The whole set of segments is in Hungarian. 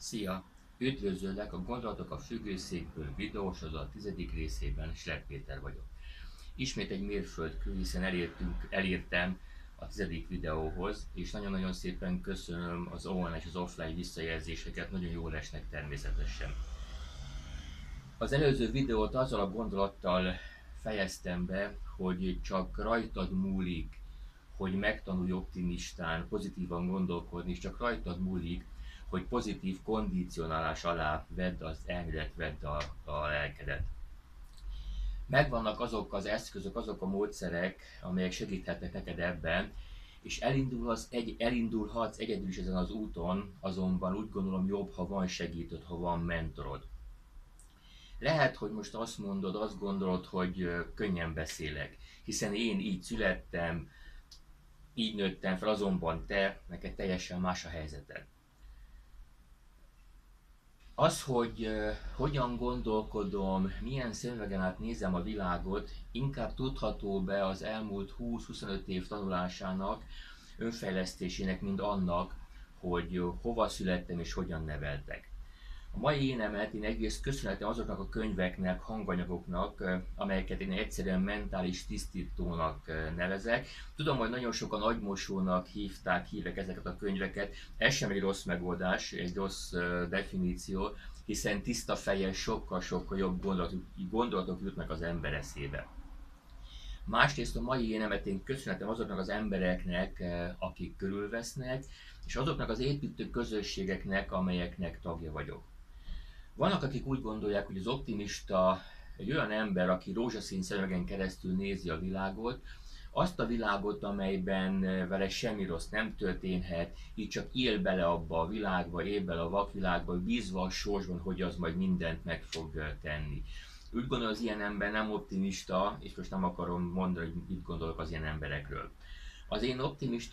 Szia! Üdvözöllek a Gondolatok a függőszékből videósorozat 10. részében, Schlepp Péter vagyok. Ismét egy mérföldkő, hiszen elértem a 10. videóhoz, és nagyon-nagyon szépen köszönöm az online és az offline visszajelzéseket, nagyon jól esnek természetesen. Az előző videót azzal a gondolattal fejeztem be, hogy csak rajtad múlik, hogy megtanulj optimistán, pozitívan gondolkodni, és csak rajtad múlik, hogy pozitív kondicionálás alá vedd az elmélet, vedd a lelkedet. Megvannak azok az eszközök, azok a módszerek, amelyek segíthetnek neked ebben, és elindulhatsz egyedül is ezen az úton, azonban úgy gondolom jobb, ha van segítőd, ha van mentorod. Lehet, hogy most azt mondod, azt gondolod, hogy könnyen beszélek, hiszen én így születtem, így nőttem fel, azonban te, neked teljesen más a helyzeted. Az, hogy hogyan gondolkodom, milyen szemüvegen át nézem a világot, inkább tudható be az elmúlt 20-25 év tanulásának, önfejlesztésének, mint annak, hogy hova születtem és hogyan neveltek. A mai énemet én egyrészt köszönhetem azoknak a könyveknek, hanganyagoknak, amelyeket én egyszerűen mentális tisztítónak nevezek. Tudom, hogy nagyon sokan agymosónak hívják ezeket a könyveket. Ez sem egy rossz megoldás, egy rossz definíció, hiszen tiszta fejjel sokkal-sokkal jobb gondolatok jutnak az ember eszébe. Másrészt a mai énemet én köszönhetem azoknak az embereknek, akik körülvesznek, és azoknak az építő közösségeknek, amelyeknek tagja vagyok. Vannak, akik úgy gondolják, hogy az optimista egy olyan ember, aki rózsaszín szemüvegen keresztül nézi a világot, azt a világot, amelyben vele semmi rossz nem történhet, így csak él bele abba a világba, él bele a vakvilágba, bízva a sorsban, hogy az majd mindent meg fog tenni. Úgy gondolom, az ilyen ember nem optimista, és most nem akarom mondani, hogy mit gondolok az ilyen emberekről. Az én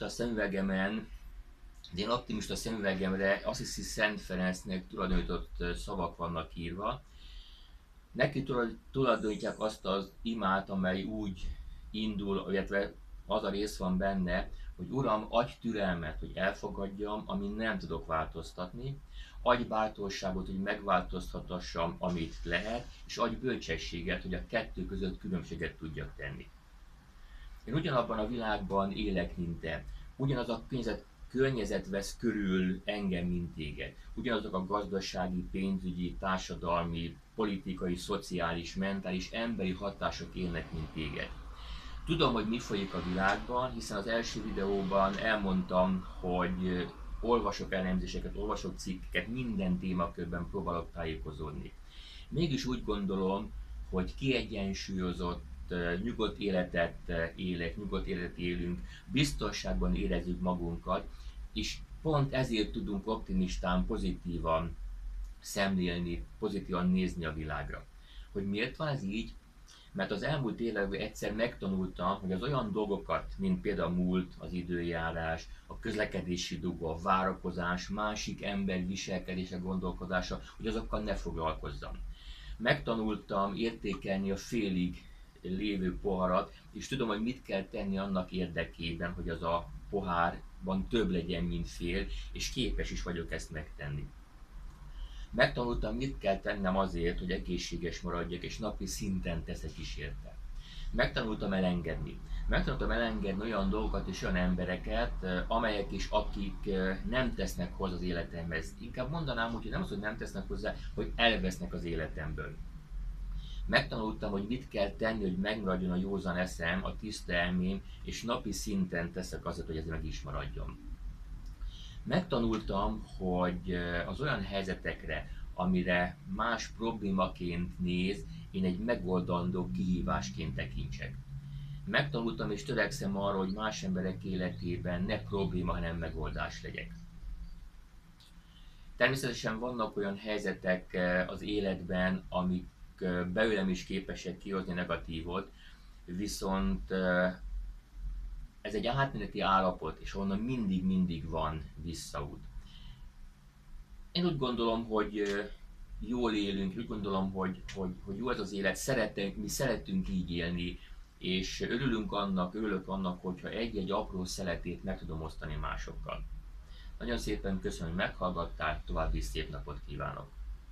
optimista szemüvegemre azt hiszi Szent Ferencnek tulajdonított szavak vannak írva. Neki tulajdonítják azt az imát, amely úgy indul, illetve az a rész van benne, hogy Uram, adj türelmet, hogy elfogadjam, amin nem tudok változtatni, adj bátorságot, hogy megváltoztathassam, amit lehet, és adj bölcsességet, hogy a kettő között különbséget tudjak tenni. Én ugyanabban a világban élek, mint te. Ugyanaz a környezet vesz körül engem, mint téged. Ugyanazok a gazdasági, pénzügyi, társadalmi, politikai, szociális, mentális, emberi hatások élnek, mint téged. Tudom, hogy mi folyik a világban, hiszen az első videóban elmondtam, hogy olvasok elemzéseket, olvasok cikkeket, minden témakörben próbálok tájékozódni. Mégis úgy gondolom, hogy kiegyensúlyozott, nyugodt életet élek, nyugodt életet élünk, biztonságban érezzük magunkat, és pont ezért tudunk optimistán, pozitívan szemlélni, pozitívan nézni a világra. Hogy miért van ez így? Mert az elmúlt években egyszer megtanultam, hogy az olyan dolgokat, mint például a múlt, az időjárás, a közlekedési dugó, a várakozás, másik ember viselkedése, gondolkodása, hogy azokkal ne foglalkozzam. Megtanultam értékelni a félig lévő poharat, és tudom, hogy mit kell tenni annak érdekében, hogy az a pohárban több legyen, mint fél, és képes is vagyok ezt megtenni. Megtanultam, mit kell tennem azért, hogy egészséges maradjak, és napi szinten teszek is érte. Megtanultam elengedni. Megtanultam elengedni olyan dolgokat és olyan embereket, amelyek és akik nem tesznek hozzá az életemhez. Inkább mondanám úgy, hogy nem az, hogy nem tesznek hozzá, hogy elvesznek az életemből. Megtanultam, hogy mit kell tenni, hogy megmaradjon a józan eszem, a tiszta elmém, és napi szinten teszek azért, hogy ez meg is maradjon. Megtanultam, hogy az olyan helyzetekre, amire más problémaként néz, én egy megoldandó kihívásként tekintsek. Megtanultam és törekszem arra, hogy más emberek életében ne probléma, hanem megoldás legyek. Természetesen vannak olyan helyzetek az életben, amik belőlem is képesek kihozni negatívot, viszont ez egy átmeneti állapot, és onnan mindig van visszaút. Én úgy gondolom, hogy jól élünk, úgy gondolom, hogy jó ez az élet, mi szeretünk így élni, és örülök annak, hogyha egy-egy apró szeletét meg tudom osztani másokkal. Nagyon szépen köszönöm, hogy meghallgattál, további szép napot kívánok!